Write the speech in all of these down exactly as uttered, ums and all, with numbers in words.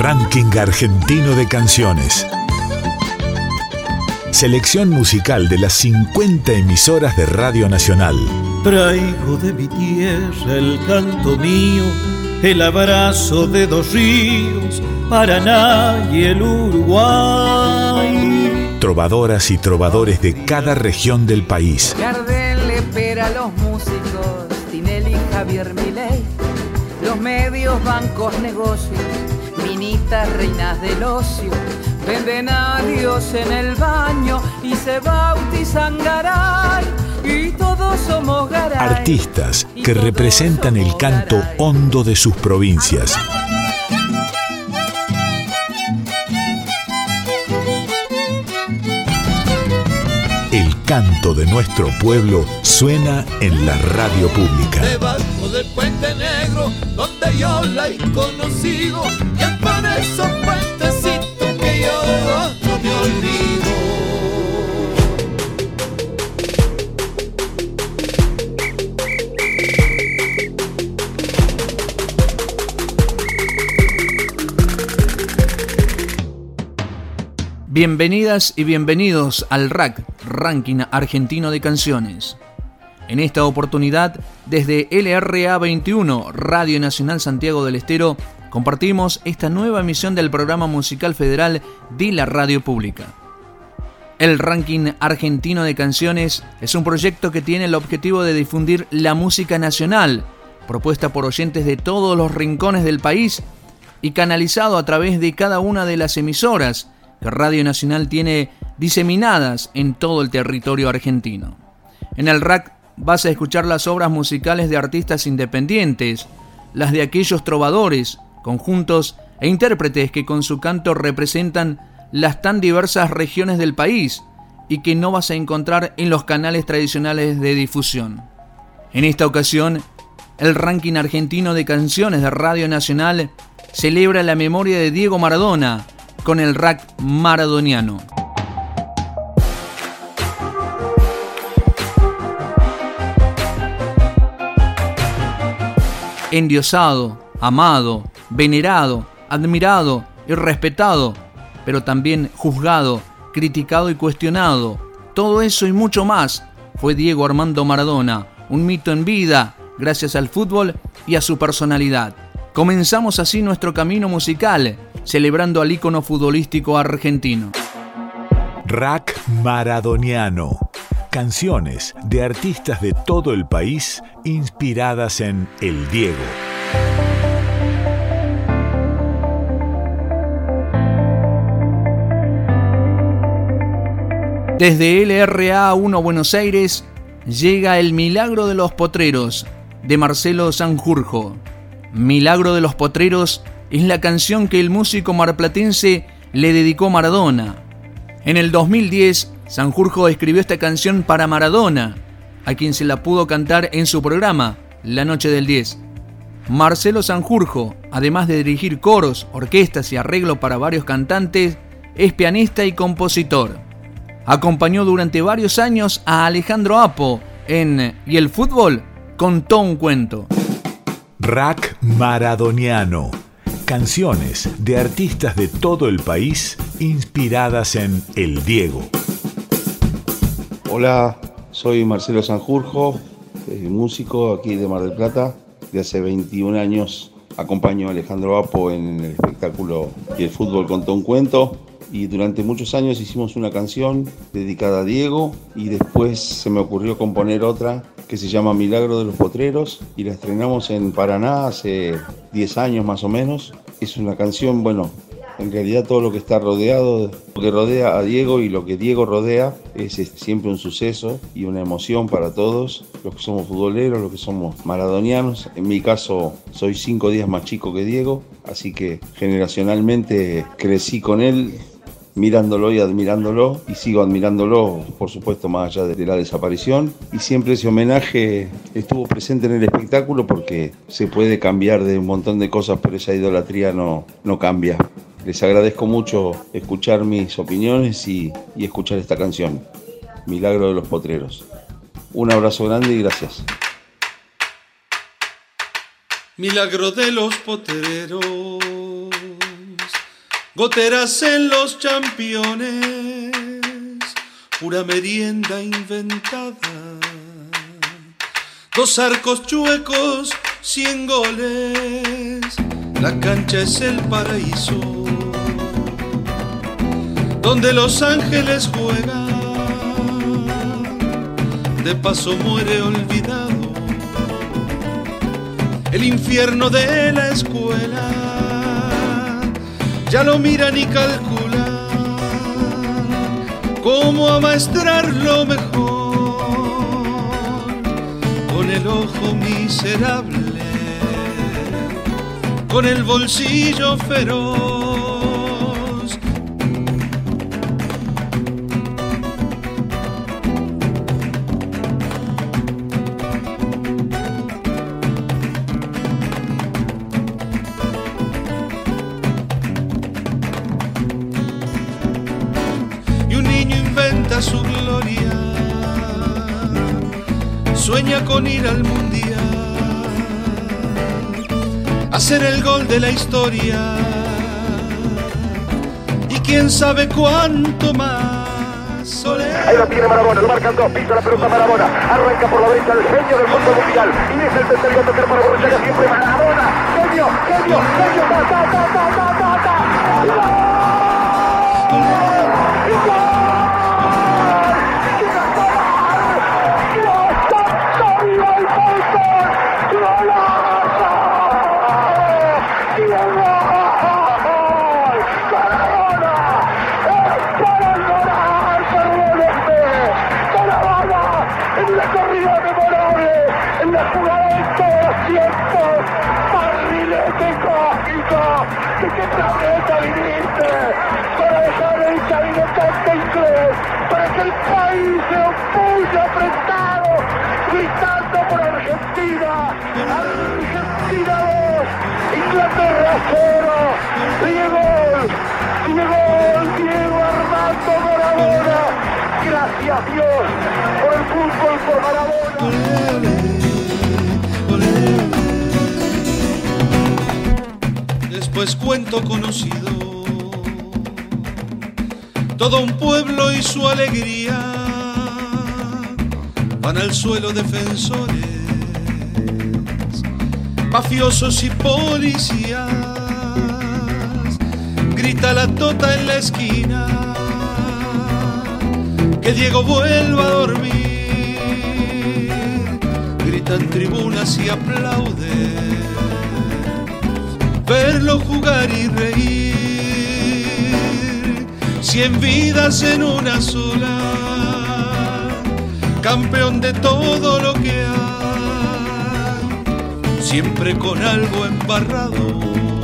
Ranking argentino de canciones. Selección musical de las cincuenta emisoras de Radio Nacional. Traigo de mi tierra el canto mío, el abrazo de dos ríos, Paraná y el Uruguay. Trovadoras y trovadores de cada región del país. Gardel le espera a los músicos, Tinelli, Javier Milei, los medios, bancos, negocios, minitas, reinas del ocio, venden a Dios en el baño y se bautizan Garay, y todos somos Garay. Artistas que representan el canto hondo de sus provincias. El canto de nuestro pueblo suena en la radio pública. Debajo del puente negro, donde yo la he conocido, y es por esos puentecitos que yo no me olvido. Bienvenidas y bienvenidos al R A C, Ranking Argentino de Canciones. En esta oportunidad, desde L R A veintiuno, Radio Nacional Santiago del Estero, compartimos esta nueva emisión del programa musical federal de la radio pública. El Ranking Argentino de Canciones es un proyecto que tiene el objetivo de difundir la música nacional, propuesta por oyentes de todos los rincones del país y canalizado a través de cada una de las emisoras que Radio Nacional tiene diseminadas en todo el territorio argentino. En el R A C vas a escuchar las obras musicales de artistas independientes, las de aquellos trovadores, conjuntos e intérpretes que con su canto representan las tan diversas regiones del país y que no vas a encontrar en los canales tradicionales de difusión. En esta ocasión, el Ranking Argentino de Canciones de Radio Nacional celebra la memoria de Diego Maradona con el R A C maradoniano. Endiosado, amado, venerado, admirado y respetado, pero también juzgado, criticado y cuestionado. Todo eso y mucho más fue Diego Armando Maradona, un mito en vida gracias al fútbol y a su personalidad. Comenzamos así nuestro camino musical, celebrando al ícono futbolístico argentino. R A C maradoniano. Canciones de artistas de todo el país inspiradas en El Diego. Desde L R A uno Buenos Aires llega El Milagro de los Potreros, de Marcelo Sanjurjo. Milagro de los Potreros es la canción que el músico marplatense le dedicó a Maradona. En el dos mil diez, Sanjurjo escribió esta canción para Maradona, a quien se la pudo cantar en su programa, La Noche del diez. Marcelo Sanjurjo, además de dirigir coros, orquestas y arreglo para varios cantantes, es pianista y compositor. Acompañó durante varios años a Alejandro Apo en Y el fútbol contó un cuento. R A C maradoniano. Canciones de artistas de todo el país inspiradas en El Diego. Hola, soy Marcelo Sanjurjo, músico aquí de Mar del Plata. De hace veintiún años acompaño a Alejandro Apo en el espectáculo Y el fútbol contó un cuento. Y durante muchos años hicimos una canción dedicada a Diego y después se me ocurrió componer otra que se llama Milagro de los Potreros y la estrenamos en Paraná hace diez años más o menos. Es una canción, bueno, en realidad todo lo que está rodeado, lo que rodea a Diego y lo que Diego rodea es, es siempre un suceso y una emoción para todos, los que somos futboleros, los que somos maradonianos. En mi caso soy cinco días más chico que Diego, así que generacionalmente crecí con él, mirándolo y admirándolo, y sigo admirándolo, por supuesto, más allá de la desaparición. Y siempre ese homenaje estuvo presente en el espectáculo porque se puede cambiar de un montón de cosas, pero esa idolatría no, no cambia. Les agradezco mucho escuchar mis opiniones y, y escuchar esta canción, Milagro de los Potreros. Un abrazo grande y gracias. Milagro de los potreros, goteras en los championes, pura merienda inventada. Dos arcos chuecos, cien goles, la cancha es el paraíso, donde los ángeles juegan, de paso muere olvidado el infierno de la escuela. Ya lo miran y calculan cómo amaestrarlo mejor, con el ojo miserable, con el bolsillo feroz. Su gloria, sueña con ir al mundial, hacer el gol de la historia y quién sabe cuánto más. Olé. Ahí lo tiene Maradona, lo marcan dos, pisa la pelota Maradona, arranca por la derecha el genio del fútbol mundial y es el tercero a tocar para Borruchaga, siempre Maradona, genio, genio, genio, ta, ta, ta, ta, ta, ta, ta. ¿De qué planeta viniste? Para dejar el camino tanto inglés, para que el país se opulle apretado, gritando por Argentina. Argentina dos, Inglaterra cero. Diego, Diego, Diego Armando Maradona. Gracias Dios por el fútbol, por Maradona. Después cuento conocido, todo un pueblo y su alegría van al suelo defensores, mafiosos y policías. Grita la tota en la esquina que Diego vuelva a dormir. Gritan tribunas y aplauden verlo jugar y reír. Cien vidas en una sola, campeón de todo lo que hay, siempre con algo embarrado,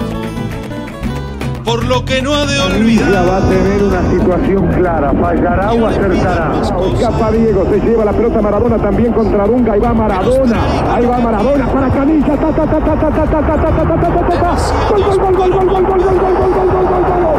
por lo que no ha de olvidar. Ya va a tener una situación clara, fallará o acertará. Escapa Diego, se lleva la pelota Maradona también contra Dunga, ahí va Maradona, ahí va Maradona para Canilla, ta ta ta ta ta ta ta ta ta ta ta ta ta ta. Gol gol gol gol gol gol gol gol gol gol gol gol gol.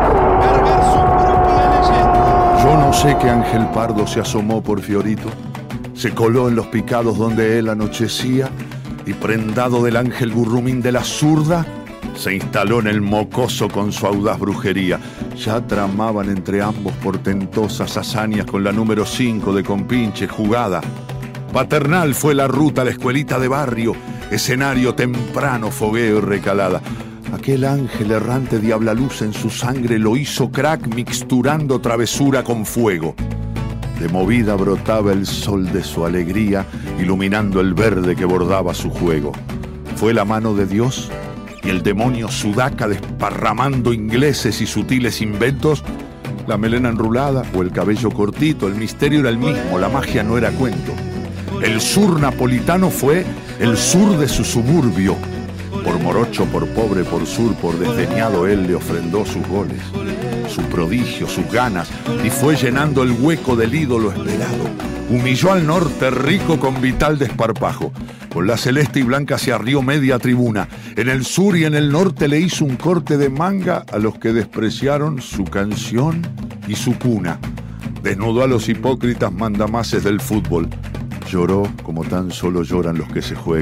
Yo no sé que Ángel Pardo se asomó por Fiorito, se coló en los picados donde él anochecía y prendado del ángel Gurrumín de la zurda se instaló en el mocoso con su audaz brujería. Ya tramaban entre ambos portentosas hazañas con la número cinco de compinche jugada. Paternal fue la ruta a la escuelita de barrio, escenario temprano, fogueo y recalada. Aquel ángel errante diabla luz en su sangre lo hizo crack mixturando travesura con fuego. De movida brotaba el sol de su alegría, iluminando el verde que bordaba su juego. Fue la mano de Dios y el demonio sudaca desparramando ingleses y sutiles inventos. La melena enrulada o el cabello cortito, el misterio era el mismo, la magia no era cuento. El sur napolitano fue el sur de su suburbio. Por morocho, por pobre, por sur, por desdeñado, él le ofrendó sus goles, su prodigio, sus ganas, y fue llenando el hueco del ídolo esperado. Humilló al norte rico con vital desparpajo. Con la celeste y blanca se arrió media tribuna. En el sur y en el norte le hizo un corte de manga a los que despreciaron su canción y su cuna. Desnudó a los hipócritas mandamases del fútbol. Lloró como tan solo lloran los que se juegan.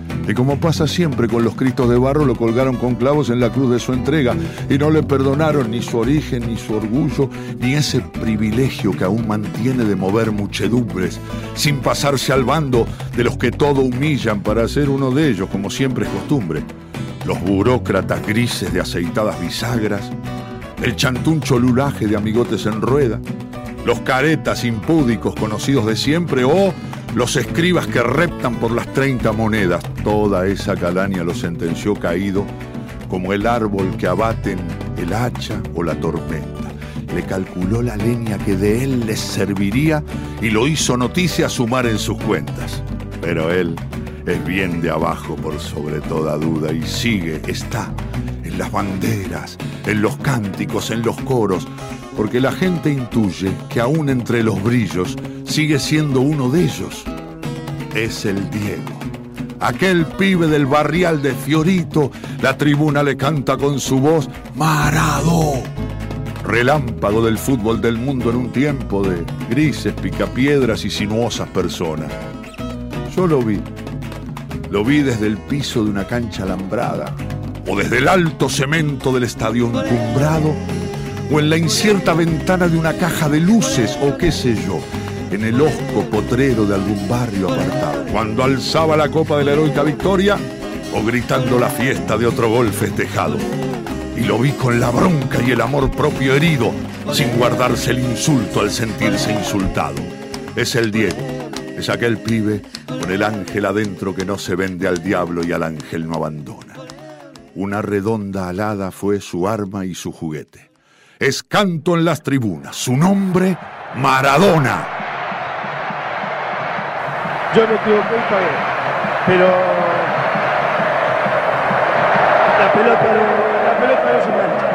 Y como pasa siempre con los Cristos de barro, lo colgaron con clavos en la cruz de su entrega y no le perdonaron ni su origen, ni su orgullo, ni ese privilegio que aún mantiene de mover muchedumbres, sin pasarse al bando de los que todo humillan para ser uno de ellos, como siempre es costumbre. Los burócratas grises de aceitadas bisagras, el chantuncho lulaje de amigotes en rueda, los caretas impúdicos conocidos de siempre o los escribas que reptan por las treinta monedas. Toda esa calaña lo sentenció caído como el árbol que abaten el hacha o la tormenta. Le calculó la leña que de él les serviría y lo hizo noticia sumar en sus cuentas. Pero él es bien de abajo por sobre toda duda y sigue, está en las banderas, en los cánticos, en los coros, porque la gente intuye que aún entre los brillos sigue siendo uno de ellos. Es el Diego, aquel pibe del barrial de Fiorito. La tribuna le canta con su voz Maradó, relámpago del fútbol del mundo en un tiempo de grises, picapiedras y sinuosas personas. Yo lo vi, lo vi desde el piso de una cancha alambrada, o desde el alto cemento del estadio encumbrado, o en la incierta ventana de una caja de luces, o qué sé yo, en el hosco potrero de algún barrio apartado, cuando alzaba la copa de la heroica victoria, o gritando la fiesta de otro gol festejado. Y lo vi con la bronca y el amor propio herido, sin guardarse el insulto al sentirse insultado. Es el Diego, es aquel pibe con el ángel adentro que no se vende al diablo y al ángel no abandona. Una redonda alada fue su arma y su juguete. Es canto en las tribunas, su nombre, Maradona. Yo no tengo culpa, pero la pelota no, la pelota no se mancha.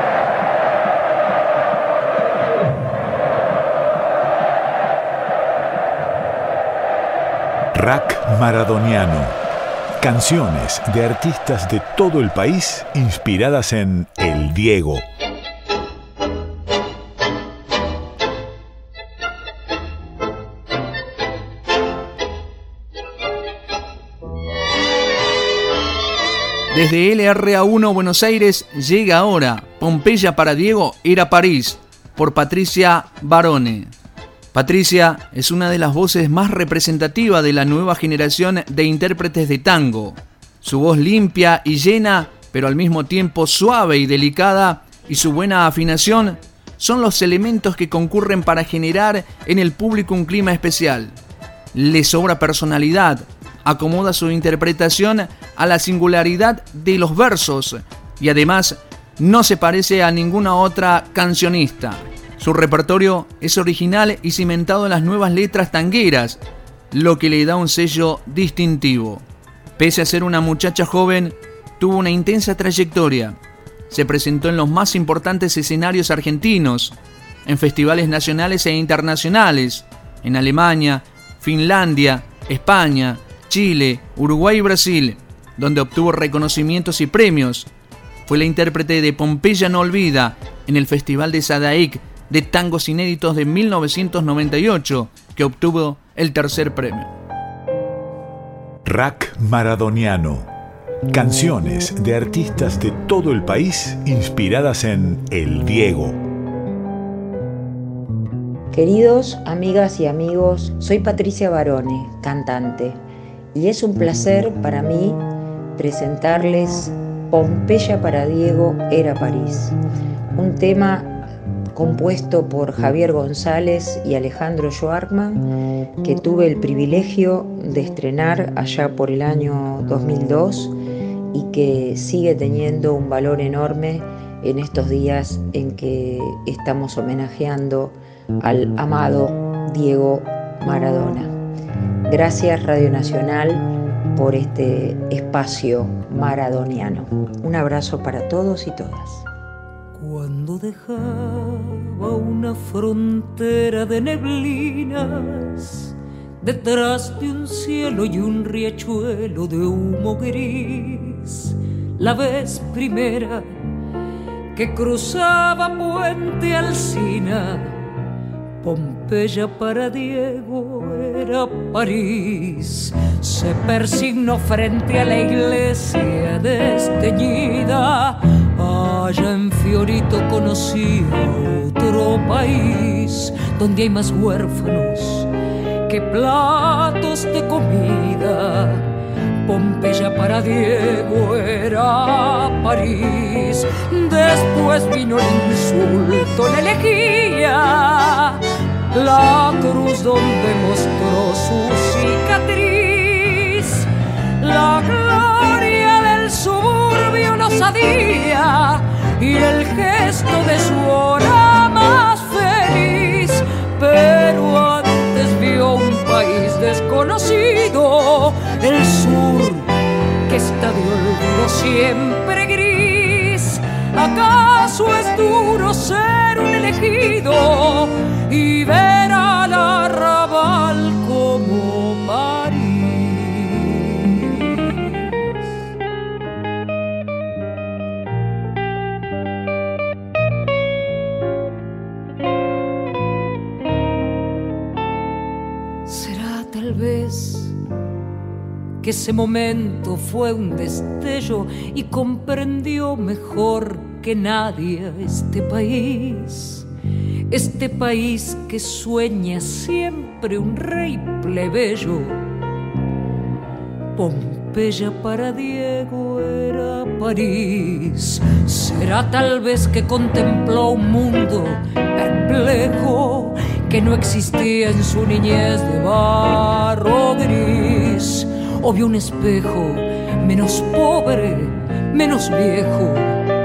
Rack Maradoniano. Canciones de artistas de todo el país inspiradas en El Diego. Desde L R A uno Buenos Aires llega ahora Pompeya para Diego era París, por Patricia Barone. Patricia es una de las voces más representativas de la nueva generación de intérpretes de tango. Su voz limpia y llena, pero al mismo tiempo suave y delicada, y su buena afinación son los elementos que concurren para generar en el público un clima especial. Le sobra personalidad, acomoda su interpretación a la singularidad de los versos y además no se parece a ninguna otra cancionista. Su repertorio es original y cimentado en las nuevas letras tangueras, lo que le da un sello distintivo. Pese a ser una muchacha joven, tuvo una intensa trayectoria. Se presentó en los más importantes escenarios argentinos, en festivales nacionales e internacionales, en Alemania, Finlandia, España, Chile, Uruguay y Brasil, donde obtuvo reconocimientos y premios. Fue la intérprete de Pompeya no olvida en el Festival de Sadaic de Tangos Inéditos de mil novecientos noventa y ocho, que obtuvo el tercer premio. Rack Maradoniano. Canciones de artistas de todo el país inspiradas en El Diego. Queridos amigas y amigos, soy Patricia Barone, cantante, y es un placer para mí presentarles Pompeya para Diego era París, un tema compuesto por Javier González y Alejandro Schwartzman, que tuve el privilegio de estrenar allá por el año dos mil dos y que sigue teniendo un valor enorme en estos días en que estamos homenajeando al amado Diego Maradona. Gracias Radio Nacional por este espacio maradoniano. Un abrazo para todos y todas. Cuando dejaba una frontera de neblinas, detrás de un cielo y un riachuelo de humo gris, la vez primera que cruzaba Puente Alsina, Pompeya Pompeya para Diego era París. Se persignó frente a la iglesia desteñida. Allá en Fiorito conocí otro país donde hay más huérfanos que platos de comida. Pompeya para Diego era París. Después vino el insulto, la elegía, la cruz donde mostró su cicatriz. La gloria del suburbio lo sabía y el gesto de su hora más feliz. Pero antes vio un país desconocido, el sur, que está de olvido siempre gris. ¿Acaso es duro ser un elegido y ver al arrabal como París? Será tal vez que ese momento fue un destello y comprendió mejor que nadie este país. Este país que sueña siempre un rey plebeyo. Pompeya para Diego era París. Será tal vez que contempló un mundo perplejo que no existía en su niñez de barro gris. O vio un espejo menos pobre, menos viejo.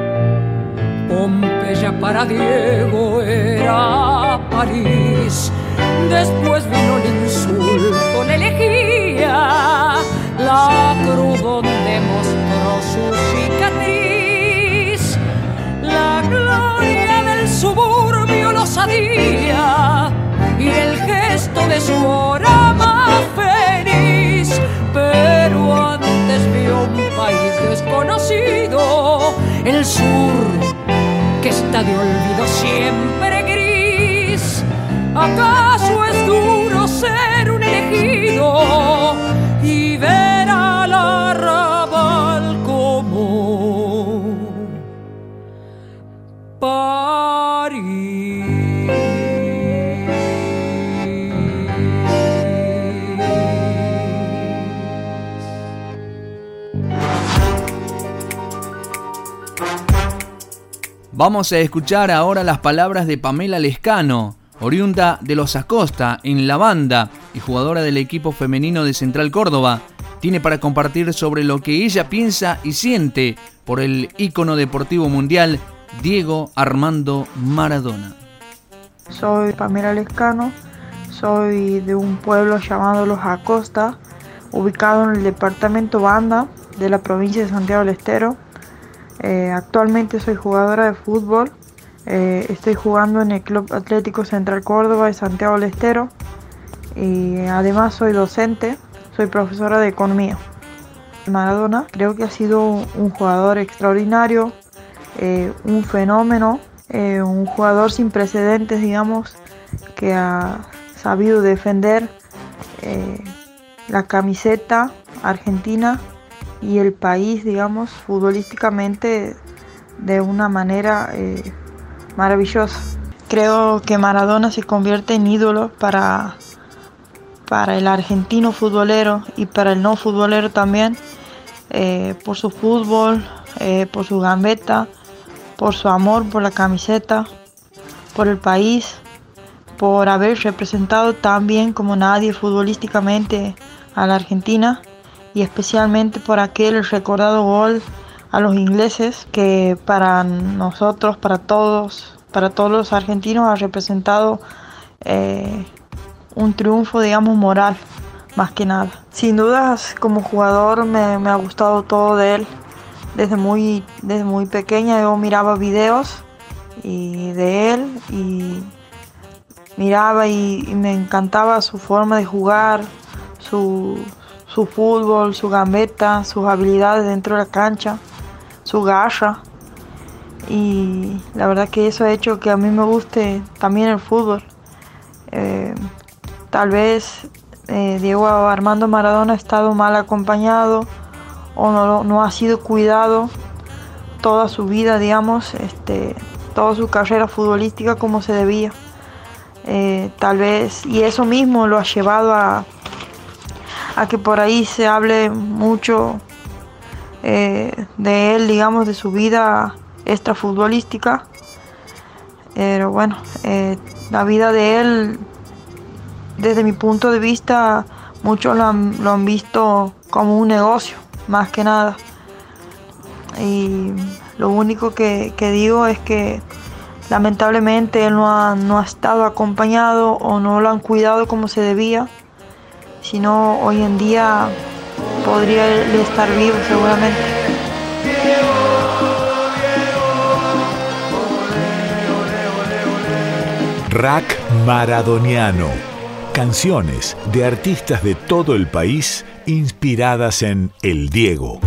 Pompeya para Diego era París. Después vino el insulto, la elegía, la cruz donde mostró su cicatriz. La gloria del suburbio lo sabía y el gesto de su hora más feliz. Pero antes vio un país desconocido, el sur, que está de olvido siempre gris. ¿Acaso es duro ser un elegido y ver al arrabal como París? Vamos a escuchar ahora las palabras de Pamela Lescano, oriunda de Los Acosta, en La Banda, y jugadora del equipo femenino de Central Córdoba. Tiene para compartir sobre lo que ella piensa y siente por el ícono deportivo mundial, Diego Armando Maradona. Soy Pamela Lescano, soy de un pueblo llamado Los Acosta, ubicado en el departamento Banda de la provincia de Santiago del Estero. Eh, actualmente soy jugadora de fútbol, eh, estoy jugando en el Club Atlético Central Córdoba de Santiago del Estero y además soy docente, soy profesora de economía. Maradona creo que ha sido un jugador extraordinario, eh, un fenómeno, eh, un jugador sin precedentes, digamos, que ha sabido defender eh, la camiseta argentina y el país, digamos, futbolísticamente de una manera eh, maravillosa. Creo que Maradona se convierte en ídolo para, para el argentino futbolero y para el no futbolero también, eh, por su fútbol, eh, por su gambeta, por su amor por la camiseta, por el país, por haber representado tan bien como nadie futbolísticamente a la Argentina, y especialmente por aquel recordado gol a los ingleses que para nosotros, para todos, para todos los argentinos ha representado eh, un triunfo, digamos, moral, más que nada. Sin dudas, como jugador me, me ha gustado todo de él. Desde muy, desde muy pequeña yo miraba videos y de él y miraba y, y me encantaba su forma de jugar, su su fútbol, su gambeta, sus habilidades dentro de la cancha, su garra, y la verdad que eso ha hecho que a mí me guste también el fútbol. Eh, tal vez eh, Diego Armando Maradona ha estado mal acompañado o no, no ha sido cuidado toda su vida, digamos, este, toda su carrera futbolística como se debía. Eh, tal vez, y eso mismo lo ha llevado a, a que por ahí se hable mucho eh, de él, digamos, de su vida extrafutbolística. Pero bueno, eh, la vida de él, desde mi punto de vista, muchos lo han, lo han visto como un negocio, más que nada. Y lo único que, que digo es que lamentablemente él no ha, no ha estado acompañado o no lo han cuidado como se debía. Si no, hoy en día podría él estar vivo seguramente. Rack Maradoniano. Canciones de artistas de todo el país inspiradas en El Diego.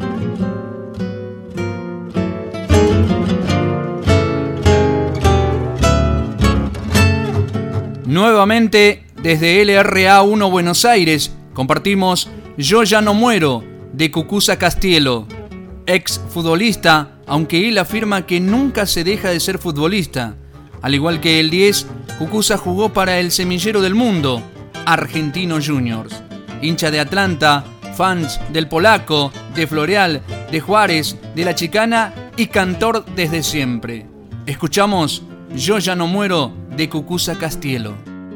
Nuevamente, desde L R A uno Buenos Aires, compartimos Yo ya no muero, de Cucuza Castielo, ex futbolista, aunque él afirma que nunca se deja de ser futbolista. Al igual que el diez, Cucuza jugó para el semillero del mundo, Argentinos Juniors. Hincha de Atlanta, fans del Polaco, de Floreal, de Juárez, de La Chicana y cantor desde siempre. Escuchamos Yo ya no muero, de Cucuza Castielo.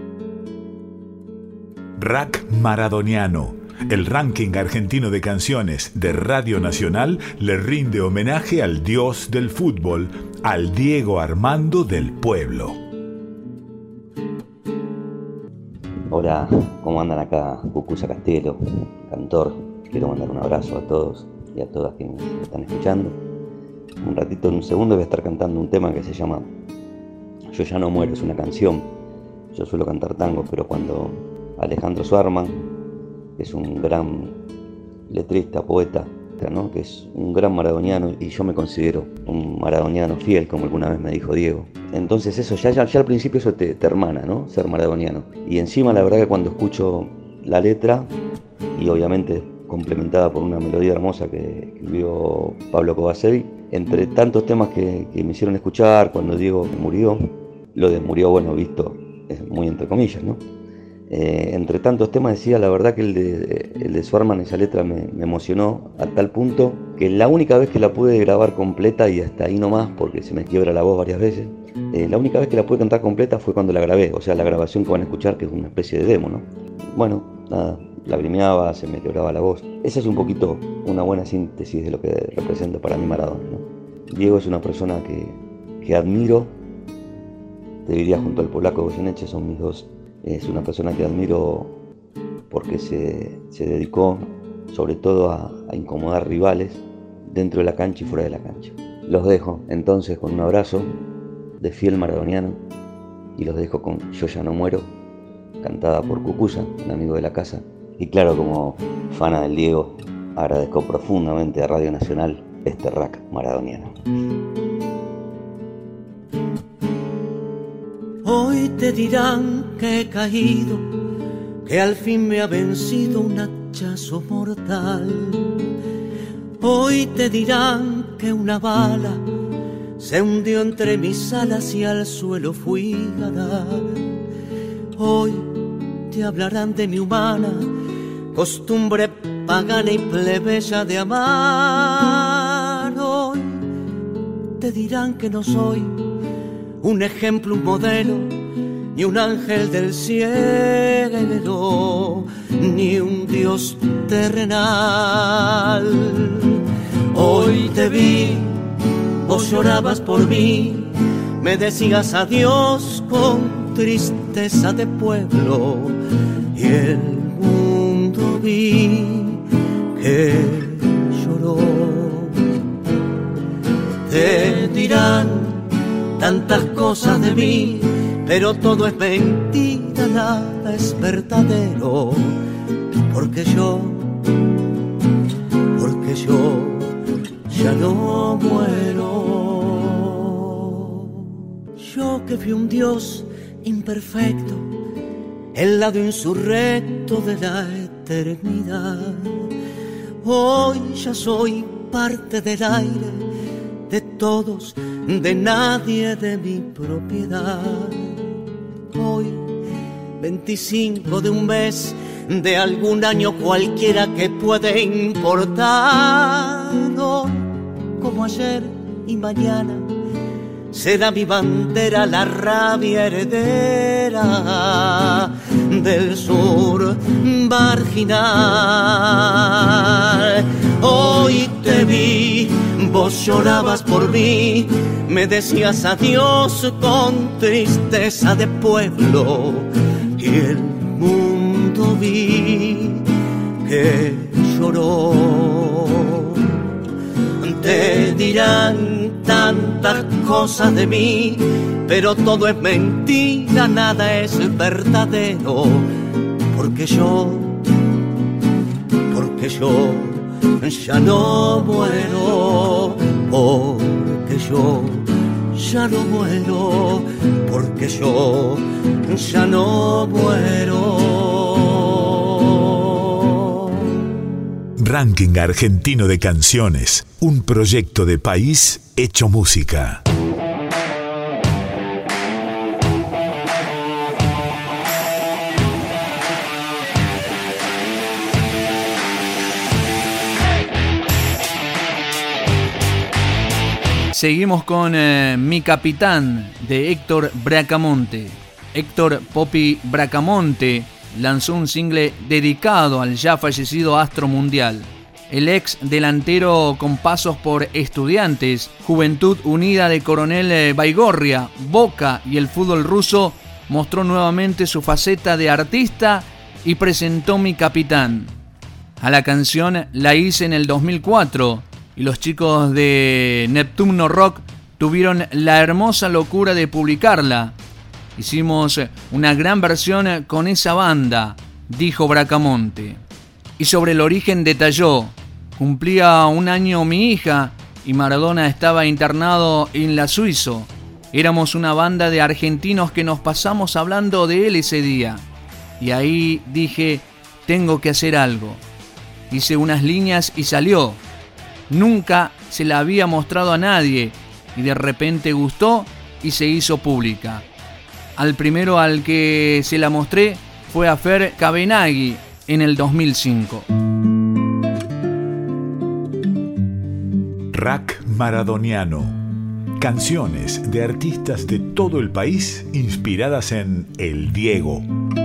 Rack Maradoniano. El ranking argentino de canciones de Radio Nacional le rinde homenaje al dios del fútbol, al Diego Armando del Pueblo. Hola, ¿cómo andan acá? Cucuza Castielo, cantor. Quiero mandar un abrazo a todos y a todas que me están escuchando. Un ratito, en un segundo, voy a estar cantando un tema que se llama Yo ya no muero, es una canción. Yo suelo cantar tango, pero cuando Alejandro Suarman, que es un gran letrista, poeta, ¿no? Que es un gran maradoniano, y yo me considero un maradoniano fiel, como alguna vez me dijo Diego. Entonces eso, ya, ya, ya al principio eso te, te hermana, ¿no? Ser maradoniano. Y encima la verdad que cuando escucho la letra, y obviamente complementada por una melodía hermosa que escribió Pablo Kovacevic, entre tantos temas que, que me hicieron escuchar cuando Diego murió, lo de murió, bueno, visto, es muy entre comillas, ¿no? Eh, entre tantos temas decía, la verdad que el de, el de Suarman, esa letra me, me emocionó a tal punto que la única vez que la pude grabar completa, y hasta ahí nomás porque se me quiebra la voz varias veces, eh, la única vez que la pude cantar completa fue cuando la grabé, o sea, la grabación que van a escuchar, que es una especie de demo, ¿no? Bueno, nada, lagrimeaba, se me quebraba la voz. Esa es un poquito una buena síntesis de lo que representa para mí Maradona, ¿no? Diego es una persona que, que admiro, te diría junto al polaco Goyeneche, son mis dos. Es una persona que admiro porque se, se dedicó sobre todo a, a incomodar rivales dentro de la cancha y fuera de la cancha. Los dejo entonces con un abrazo de fiel maradoniano y los dejo con Yo ya no muero, cantada por Cucuza, un amigo de la casa. Y claro, como fana del Diego, agradezco profundamente a Radio Nacional este rack maradoniano. Hoy te dirán que he caído, que al fin me ha vencido un hachazo mortal. Hoy te dirán que una bala se hundió entre mis alas y al suelo fui a dar. Hoy te hablarán de mi humana costumbre pagana y plebeya de amar. Hoy te dirán que no soy un ejemplo, un modelo, ni un ángel del cielo, ni un dios terrenal. Hoy te vi, vos llorabas por mí, me decías adiós con tristeza de pueblo, y el mundo vi que lloró. Te dirán tantas cosas de mí, pero todo es mentira, nada es verdadero, porque yo, porque yo ya no muero. Yo que fui un Dios imperfecto, el lado insurrecto de la eternidad. Hoy ya soy parte del aire, de todos, de nadie, de mi propiedad. Hoy, veinticinco de un mes, de algún año cualquiera que puede importar. Hoy, como ayer y mañana, será mi bandera la rabia heredera del sur marginal. Hoy te vi, vos llorabas por mí, me decías adiós con tristeza de pueblo, y el mundo vi que lloró. Te dirán tantas cosas de mí, pero todo es mentira, nada es verdadero, porque yo, porque yo ya no muero, porque yo ya no muero, porque yo ya no muero. Ranking Argentino de Canciones, un proyecto de país hecho música. Seguimos con eh, Mi Capitán, de Héctor Bracamonte. Héctor Popi Bracamonte lanzó un single dedicado al ya fallecido astro mundial. El ex delantero con pasos por Estudiantes, Juventud Unida de Coronel Baigorria, Boca y el fútbol ruso, mostró nuevamente su faceta de artista y presentó Mi Capitán. A la canción la hice en el dos mil cuatro y los chicos de Neptuno Rock tuvieron la hermosa locura de publicarla. Hicimos una gran versión con esa banda, dijo Bracamonte. Y sobre el origen detalló: cumplía un año mi hija y Maradona estaba internado en la Suizo. Éramos una banda de argentinos que nos pasamos hablando de él ese día. Y ahí dije, tengo que hacer algo. Hice unas líneas y salió. Nunca se la había mostrado a nadie y de repente gustó y se hizo pública. Al primero al que se la mostré fue a Fer Cabenagui en el dos mil cinco. Rack Maradoniano. Canciones de artistas de todo el país inspiradas en El Diego.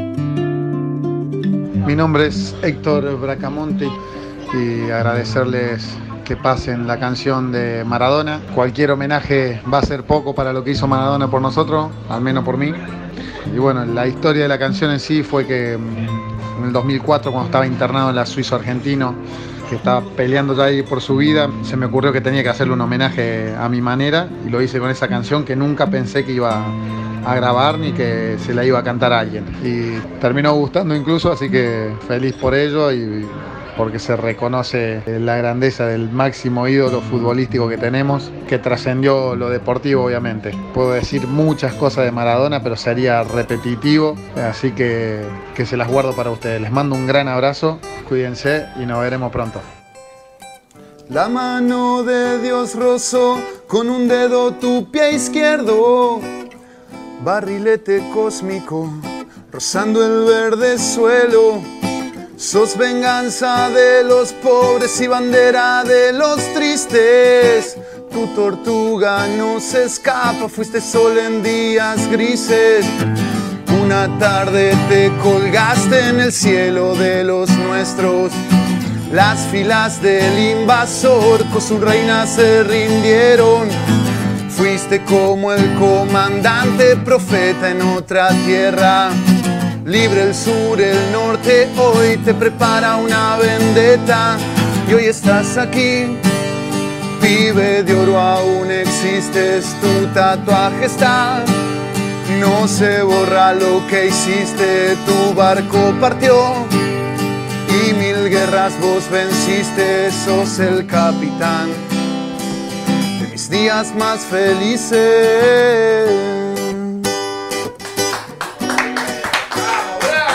Mi nombre es Héctor Bracamonte y agradecerles que pasen la canción de Maradona. Cualquier homenaje va a ser poco para lo que hizo Maradona por nosotros, al menos por mí. Y bueno, la historia de la canción en sí fue que en el dos mil cuatro, cuando estaba internado en la Suizo argentino, que estaba peleando ya ahí por su vida, se me ocurrió que tenía que hacerle un homenaje a mi manera y lo hice con esa canción que nunca pensé que iba a grabar ni que se la iba a cantar a alguien. Y terminó gustando incluso, así que feliz por ello y porque se reconoce la grandeza del máximo ídolo futbolístico que tenemos, que trascendió lo deportivo obviamente. Puedo decir muchas cosas de Maradona, pero sería repetitivo, así que, que se las guardo para ustedes. Les mando un gran abrazo, cuídense y nos veremos pronto. La mano de Dios rozó con un dedo tu pie izquierdo, barrilete cósmico rozando el verde suelo. Sos venganza de los pobres y bandera de los tristes. Tu tortuga no se escapa, fuiste sol en días grises. Una tarde te colgaste en el cielo de los nuestros. Las filas del invasor con su reina se rindieron. Fuiste como el comandante profeta en otra tierra. Libre el sur, el norte, hoy te prepara una vendetta. Y hoy estás aquí, pibe de oro, aún existes, tu tatuaje está. No se borra lo que hiciste, tu barco partió. Y mil guerras vos venciste, sos el capitán de mis días más felices.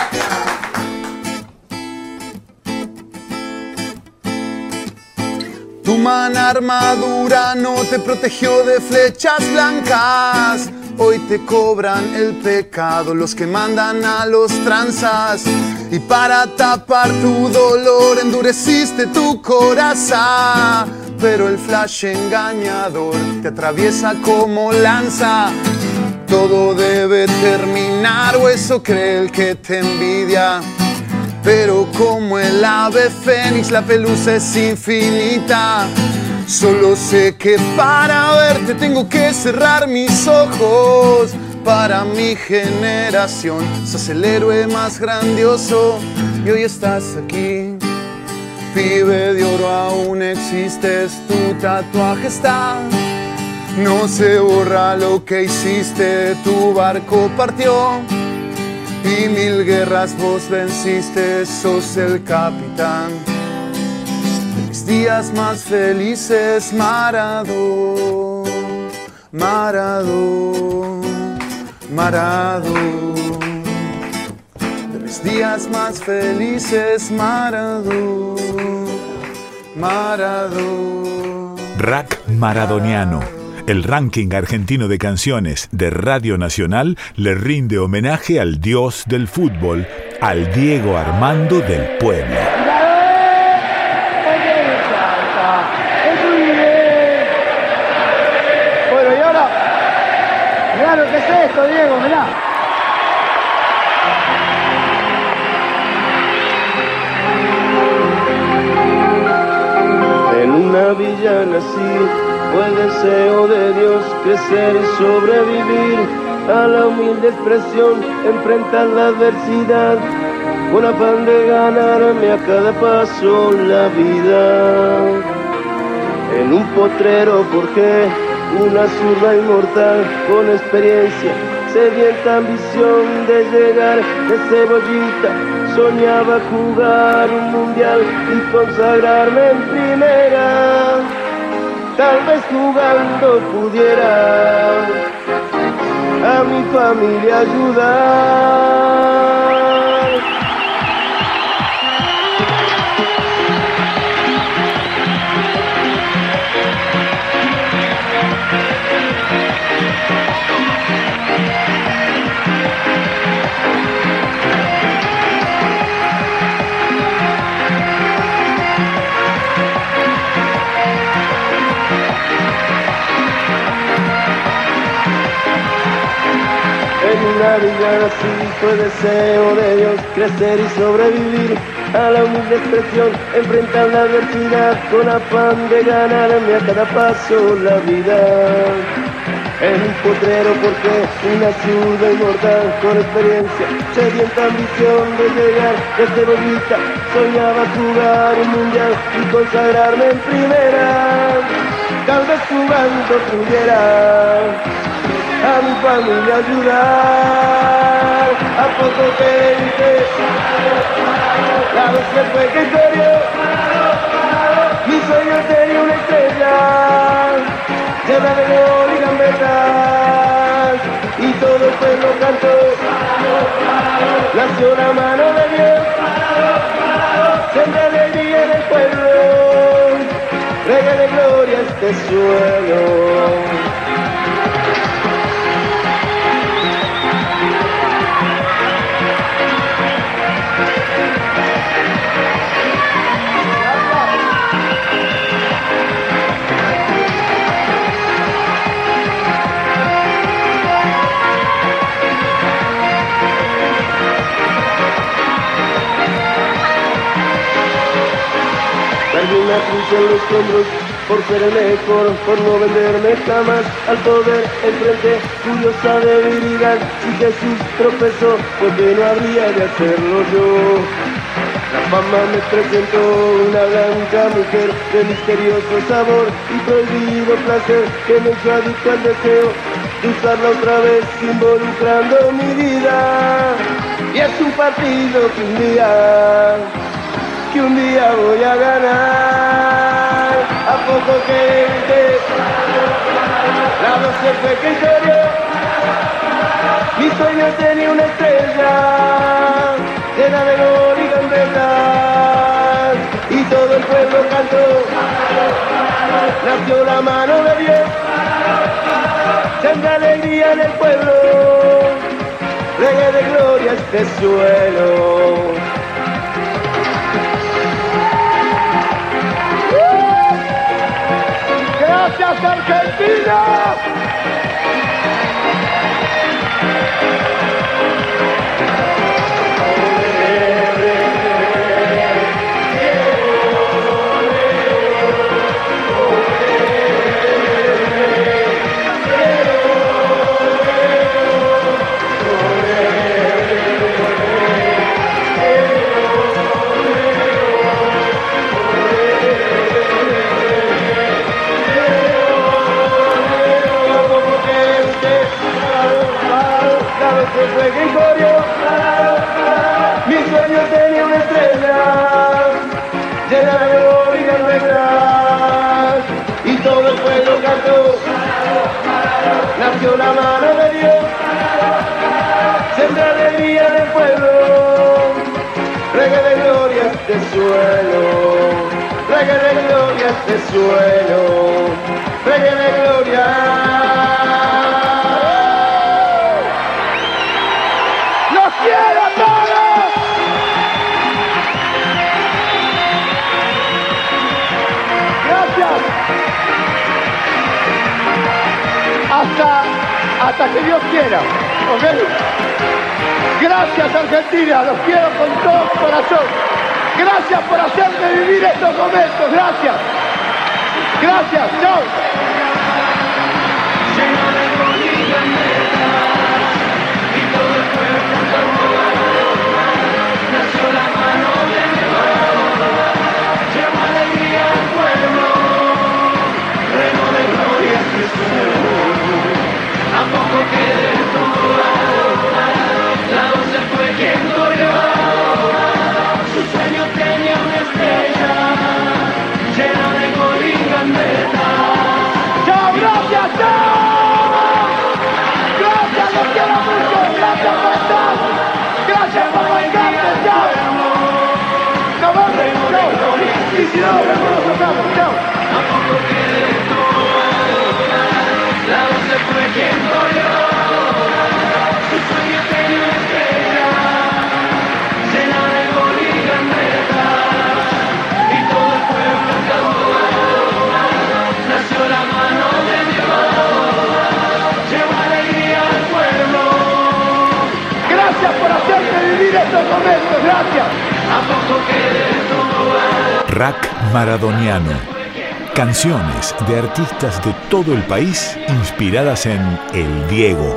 Tu humana armadura no te protegió de flechas blancas. Hoy te cobran el pecado los que mandan a los tranzas. Y para tapar tu dolor endureciste tu corazón. Pero el flash engañador te atraviesa como lanza. Todo debe terminar, o eso cree el que te envidia. Pero como el ave fénix la pelusa es infinita. Solo sé que para verte tengo que cerrar mis ojos. Para mi generación sos el héroe más grandioso. Y hoy estás aquí, pibe de oro, aún existes. Tu tatuaje está, no se borra lo que hiciste. Tu barco partió y mil guerras vos venciste. Sos el capitán de mis días más felices. Maradó, Maradó, Maradó, de mis días más felices. Maradó, Maradó. Rack Maradoniano. El ranking argentino de canciones de Radio Nacional le rinde homenaje al dios del fútbol, al Diego Armando del Pueblo. Bueno, y ahora, mirá lo que es esto, Diego, mirá. En una villa nací. Fue deseo de Dios crecer y sobrevivir a la humilde expresión, enfrentar la adversidad, con afán de ganarme a cada paso la vida. En un potrero forjé una zurda inmortal con experiencia, sedienta ambición de llegar de cebollita. Soñaba jugar un mundial y consagrarme en primera. Tal vez jugando pudiera a mi familia ayudar. Una vida así fue deseo de Dios crecer y sobrevivir a la humilde expresión, enfrentar la adversidad con afán de ganarme a cada paso la vida. En un potrero porque una zurda inmortal con experiencia, sedienta ambición de llegar de cebollita. Soñaba jugar un mundial y consagrarme en primera. Tal vez jugando pudiera a mi familia ayudar. A poco que hice, la vez que fue que corrió, mi sueño tenía una estrella llena de gol y gambetas, y todo el pueblo cantó, nació la mano de Dios, siempre alegría en el pueblo, regale de gloria a este suelo. Una cruz en los hombros por ser el mejor, por no venderme jamás al poder enfrente, curiosa debilidad. Si Jesús tropezó, porque no habría de hacerlo yo. La fama me presentó una blanca mujer de misterioso sabor y prohibido placer, que me hizo adicto al deseo de usarla otra vez, involucrando mi vida. Y es un partido que un día que un día voy a ganar. A poco que grité, la voz se fue que corrió, mi sueño tenía una estrella llena de gol y gambetas, y todo el pueblo cantó, nació la mano de Dios, siembra alegría en el pueblo, regue de gloria este suelo. ¡Gracias, Argentina! Fue Gregorio, mi sueño tenía una estrella llena de oro y grandes, y todo el pueblo cantó, nació la mano de Dios, siembra alegría en el pueblo, regue de gloria este suelo, regue de gloria este suelo, regue de gloria. ¡Quiero a todos! Gracias. Hasta, hasta que Dios quiera. ¿Ok? Gracias, Argentina. Los quiero con todo mi corazón. Gracias por hacerme vivir estos momentos. Gracias. Gracias. Chao. Nació la mano de Dios, lleva alegría al pueblo, remo de gloria que suelo, a poco que de todo la once fue quien corrió, su sueño tenía una estrella, llena de gol y gambeta. ¡Chao, gracias, chao! ¡Gracias, los quiero mucho! ¡Gracias por estar! ¡Gracias por bancarme! ¡Chao! ¡Nos vemos! ¡Chao! Y si no, nos tocamos. ¡Chao! A poco que de todo la once fue quien corrió, su sueño tenía una estrella, llena de gol y gambeta, y todo el pueblo cantó, nació la mano de Dios, lleva alegría al pueblo. Gracias por hacerme vivir estos momentos, gracias. A poco que de todo Rack Maradoniano. Canciones de artistas de todo el país inspiradas en El Diego.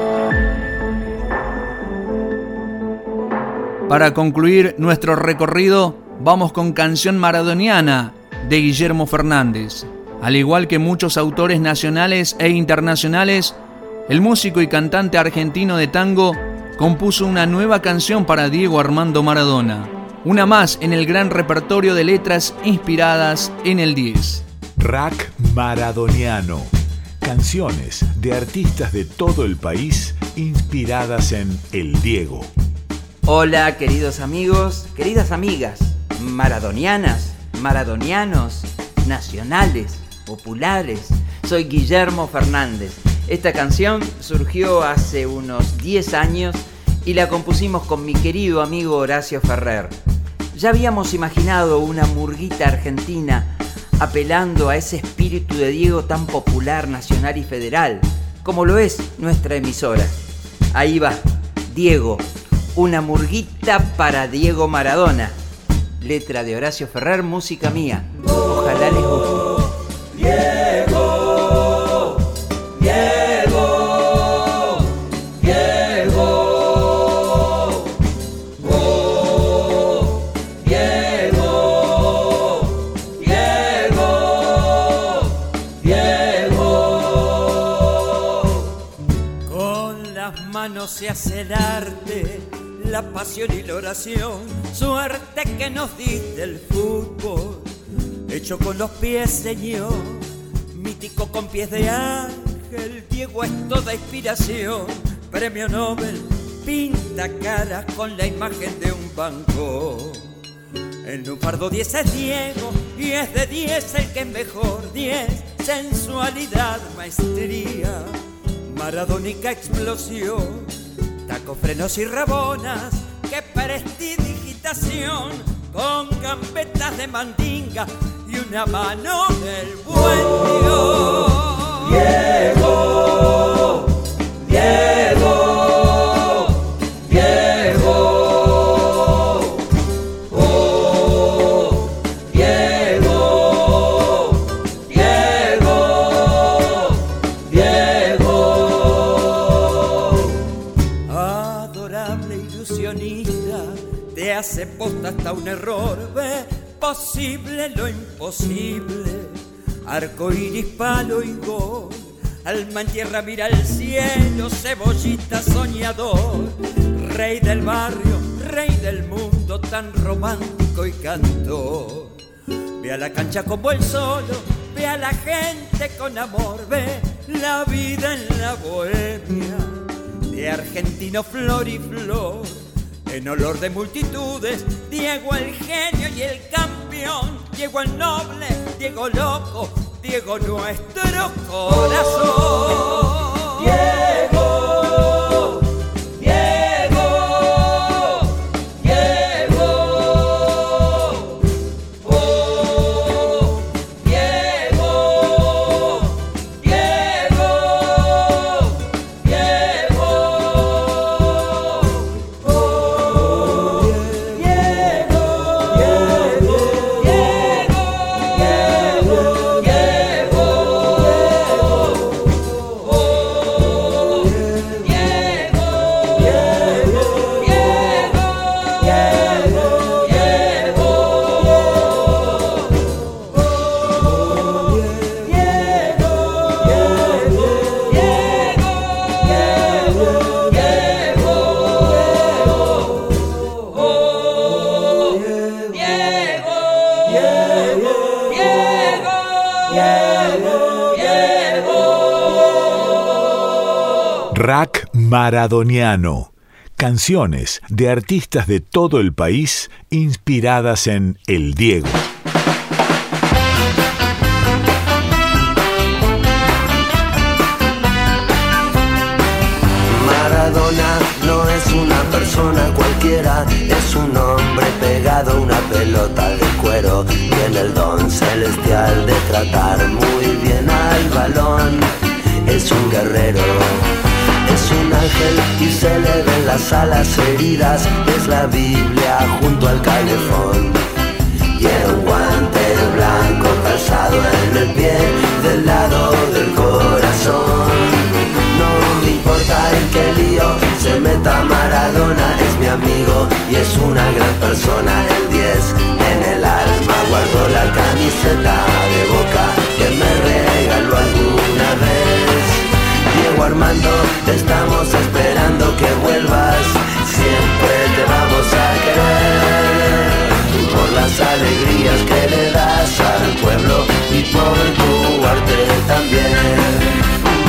Para concluir nuestro recorrido, vamos con Canción Maradoniana de Guillermo Fernández. Al igual que muchos autores nacionales e internacionales, el músico y cantante argentino de tango compuso una nueva canción para Diego Armando Maradona, una más en el gran repertorio de letras inspiradas en el diez. Rack Maradoniano. Canciones de artistas de todo el país inspiradas en El Diego. Hola, queridos amigos, queridas amigas, maradonianas, maradonianos, nacionales, populares. Soy Guillermo Fernández. Esta canción surgió hace unos diez años y la compusimos con mi querido amigo Horacio Ferrer. Ya habíamos imaginado una murguita argentina apelando a ese espíritu de Diego tan popular, nacional y federal, como lo es nuestra emisora. Ahí va, Diego, una murguita para Diego Maradona. Letra de Horacio Ferrer, música mía. Ojalá les guste. Diego, Diego, Diego, oh, Diego, Diego, Diego. Con las manos se hace el arte, la pasión y la oración, suerte que nos diste el fútbol, hecho con los pies, Señor, mítico con pies de ángel, Diego es toda inspiración, premio Nobel, pinta caras con la imagen de un banco. En un fardo diez es Diego, y es de diez el que es mejor, diez, sensualidad, maestría, maradónica explosión, tacos, frenos y rabonas, que prestidigitación, con gambetas de mandinga y una mano del buen Dios. Diego, Diego, Diego, oh, Diego, Diego, Diego. Adorable ilusionista, te hace posta hasta un error, ve posible lo imposible, arco iris, palo y gol, alma en tierra mira al cielo, cebollita soñador, rey del barrio, rey del mundo, tan romántico y cantor. Ve a la cancha como el solo, ve a la gente con amor, ve la vida en la bohemia, de argentino flor y flor, en olor de multitudes, Diego el genio y el campeón, Diego el noble, Diego loco, Diego nuestro corazón. Diego, Diego, Diego, oh, Diego, Diego, Diego, oh, Diego, Diego, Rack Maradoniano. Canciones de artistas de todo el país inspiradas en el Diego. Maradona no es una persona cualquiera, es un hombre pegado a una pelota de cuero. Tiene el don celestial de tratar muy bien al balón. Es un guerrero, es un ángel y se le ven las alas heridas. Es la Biblia junto al calefón. Tiene un guante blanco calzado en el pie del lado del corazón. No me importa en qué lío se meta Maradona, es mi amigo y es una gran persona. El diez en el alma guardo la camiseta de Boca que me regaló alguna vez. Diego Armando, te estamos esperando que vuelvas, siempre te vamos a querer, por las alegrías que le das al pueblo y por tu arte también.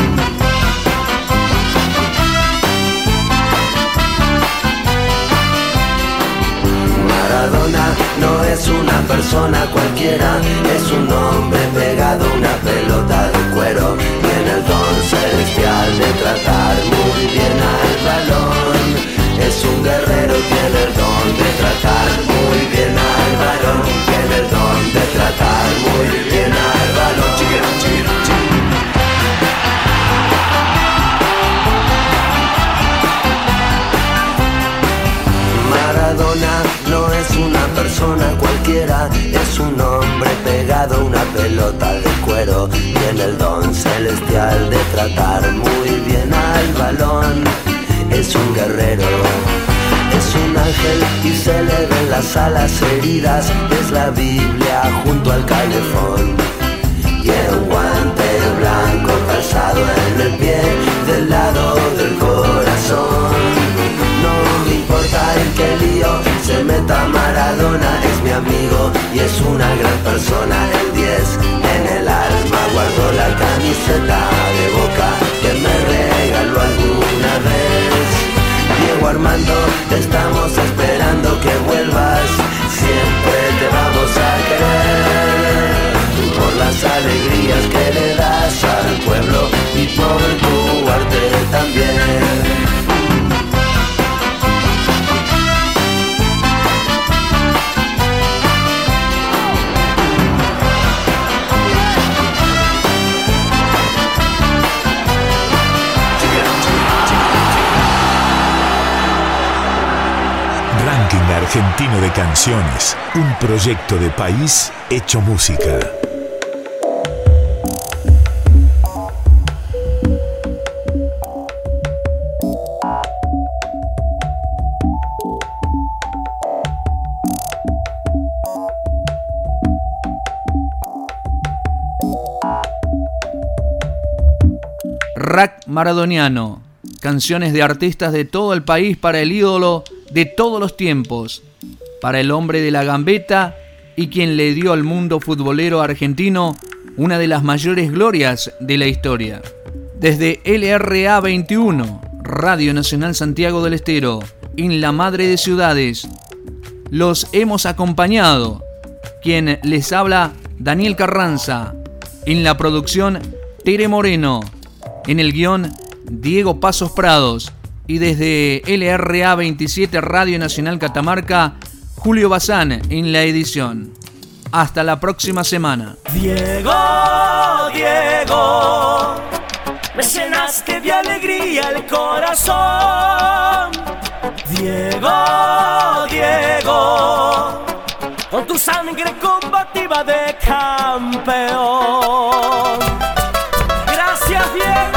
Maradona no es una persona cualquiera, es un hombre pegado a una pelota de cuero. Tiene el don celestial de tratar muy bien al balón. Es un guerrero, tiene el don de tratar muy bien al balón. Tiene el don de tratar muy bien al balón. Chiquero, chiquero, chiquero. Maradona no es una persona cualquiera, es un hombre pegado a una pelota de cuero. Tiene el don celestial de tratar muy bien al balón. Es un guerrero, es un ángel y se le ven las alas heridas. Es la Biblia junto al calefón. Tiene un guante blanco calzado en el pie del lado del corazón. No me importa en qué lío se meta Maradona, es mi amigo y es una gran persona. El diez en el alma guardo la camiseta de Boca que me regaló alguna vez. Diego Armando, te estamos esperando que vuelvas, siempre te vamos a querer, por las alegrías que le Argentino de Canciones, un proyecto de país hecho música. Rack maradoniano, canciones de artistas de todo el país para el ídolo de todos los tiempos, para el hombre de la gambeta y quien le dio al mundo futbolero argentino una de las mayores glorias de la historia. Desde L R A veintiuno, Radio Nacional Santiago del Estero, en la madre de ciudades, los hemos acompañado. Quien les habla, Daniel Carranza, en la producción, Tere Moreno, en el guión, Diego Pasos Prados, y desde L R A veintisiete Radio Nacional Catamarca, Julio Bazán en la edición. Hasta la próxima semana. Diego, Diego, me llenaste de alegría el corazón. Diego, Diego, con tu sangre combativa de campeón. Gracias, Diego.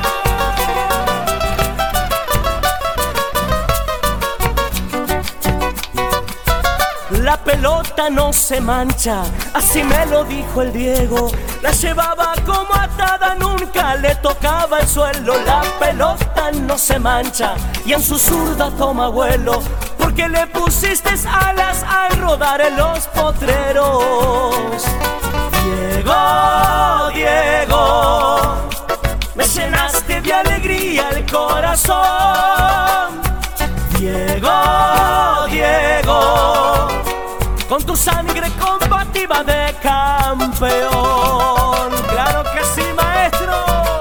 La pelota no se mancha, así me lo dijo el Diego. La llevaba como atada, nunca le tocaba el suelo. La pelota no se mancha y en su zurda toma vuelo, porque le pusiste alas al rodar en los potreros. Diego, Diego, me llenaste de alegría el corazón. Diego, Diego, con tu sangre combativa de campeón. Claro que sí, maestro.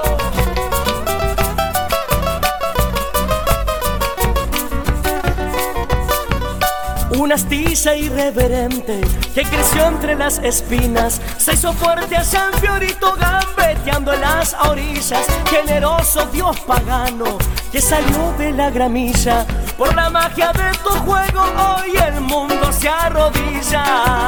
Una astilla irreverente que creció entre las espinas, se hizo fuerte allá en Fiorito, gambeteando en las orillas. Generoso Dios pagano que salió de la gramilla, por la magia de tu juego hoy el mundo se arrodilla.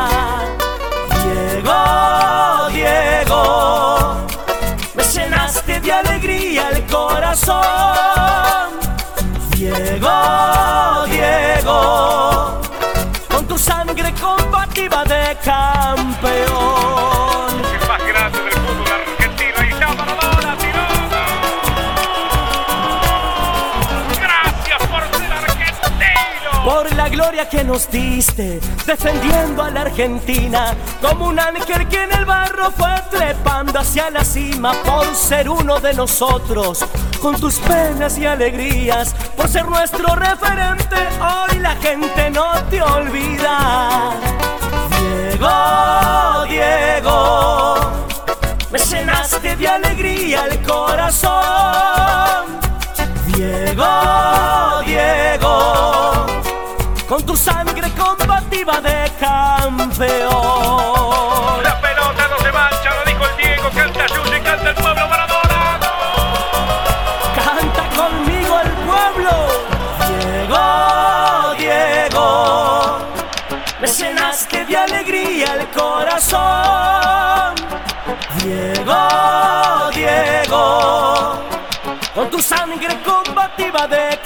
Diego, Diego, me llenaste de alegría el corazón. Diego, Diego, con tu sangre combativa de campeón. El más grande del fútbol argentino, ahí está Maradona, tiró. Gracias por ser argentino. Por la gloria que nos diste, defendiendo a la Argentina, como un ángel que en el barro fue trepando hacia la cima, por ser uno de nosotros, con tus penas y alegrías, por ser nuestro referente, hoy la gente no te olvida. Diego, Diego, me llenaste de alegría el corazón. Diego, Diego, con tu sangre combativa de campeón. La pelota no se mancha, lo dijo el Diego, canta Yuya y canta el pueblo Maradona. Canta conmigo el pueblo. Diego, Diego, me llenaste de alegría el corazón. Diego, Diego, con tu sangre combativa de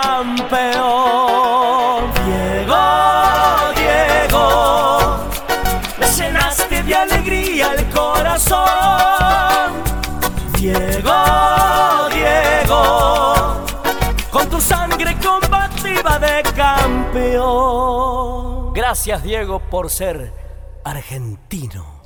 campeón. Diego, Diego, me llenaste de alegría el corazón. Diego, Diego, con tu sangre combativa de campeón. Gracias, Diego, por ser argentino.